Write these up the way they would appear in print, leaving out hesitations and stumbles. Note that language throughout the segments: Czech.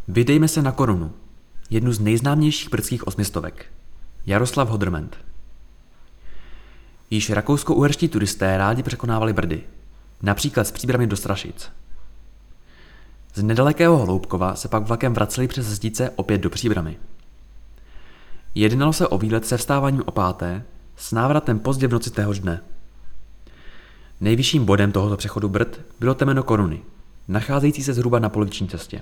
Vydejme se na Korunu, jednu z nejznámějších brdských osmistovek. Jaroslav Hodrment. Již rakousko-uherští turisté rádi překonávali Brdy, například z Příbrami do Strašic. Z nedalekého Holoubkova se pak vlakem vraceli přes Zdice opět do Příbrami. Jednalo se o výlet se vstáváním o 5. s návratem pozdě v noci téhož dne. Nejvyšším bodem tohoto přechodu Brd bylo temeno Koruny, nacházející se zhruba na poloviční cestě.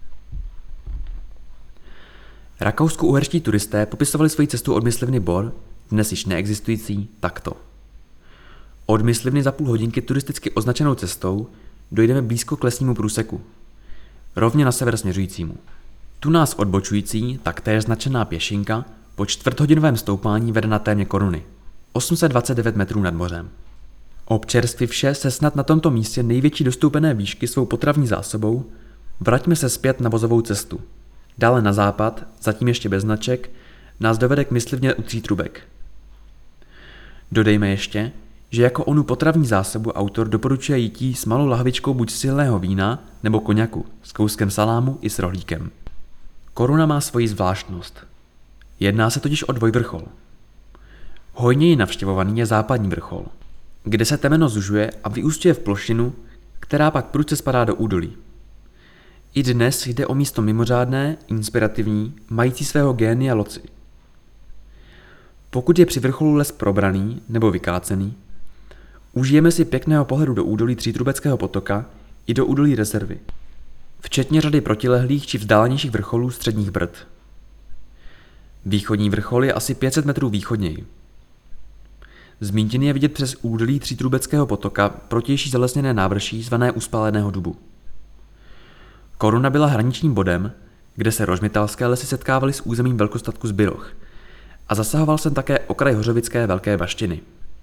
Rakousko-uherští turisté popisovali svoji cestu od Myslivny Bor, dnes již neexistující, takto. Od Myslivny za půl hodinky turisticky označenou cestou dojdeme blízko k lesnímu průseku, rovně na sever směřujícímu. Tu nás odbočující, taktéž značená pěšinka, po čtvrthodinovém stoupání vede na témě Koruny, 829 metrů nad mořem. Občerstvivše se snad na tomto místě největší dostoupené výšky svou potravní zásobou, vraťme se zpět na vozovou cestu. Dále na západ, zatím ještě bez značek, nás dovede k Myslivně u Třítrubek. Dodejme ještě, že jako onu potravní zásobu autor doporučuje jítí s malou lahvičkou buď silného vína nebo koňaku, s kouskem salámu i s rohlíkem. Koruna má svoji zvláštnost. Jedná se totiž o dvojvrchol. Hojněji navštěvovaný je západní vrchol, kde se temeno zužuje a vyústěje v plošinu, která pak prudce spadá do údolí. I dnes jde o místo mimořádné, inspirativní, mající svého génia loci. Pokud je při vrcholu les probraný nebo vykácený, užijeme si pěkného pohledu do údolí Třítrubeckého potoka i do údolí rezervy, včetně řady protilehlých či vzdálenějších vrcholů středních Brd. Východní vrchol je asi 500 metrů východněji. Zmíněný je vidět přes údolí Třítrubeckého potoka protější zalesněné návrší zvané Uspáleného dubu. Koruna byla hraničním bodem, kde se rožmitalské lesy setkávaly s územím velkostatku Zbyroch a zasahoval sem také okraj Hořovické Velké Baštiny.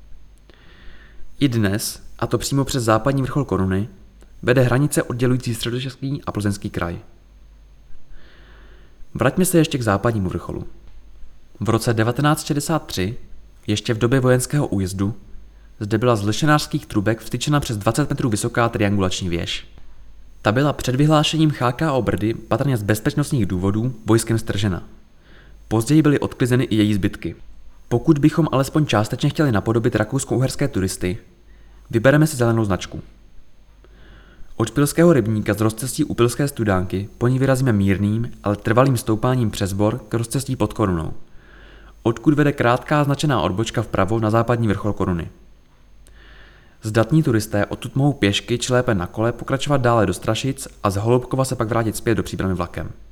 I dnes, a to přímo přes západní vrchol Koruny, vede hranice oddělující Středočeský a Plzeňský kraj. Vraťme se ještě k západnímu vrcholu. V roce 1963, ještě v době vojenského újezdu, zde byla z lešenářských trubek vtyčena přes 20 metrů vysoká triangulační věž. Ta byla před vyhlášením CHKO Brdy patrně z bezpečnostních důvodů vojskem stržena. Později byly odklizeny i její zbytky. Pokud bychom alespoň částečně chtěli napodobit rakousko-uherské turisty, vybereme si zelenou značku. Od Špilského rybníka z rozcestí u Pilské Studánky po ní vyrazíme mírným, ale trvalým stoupáním přes bor k rozcestí pod Korunou, odkud vede krátká značená odbočka vpravo na západní vrchol Koruny. Zdatní turisté odtud mohou pěšky či lépe na kole pokračovat dále do Strašic a z Holoubkova se pak vrátit zpět do Příbrami vlakem.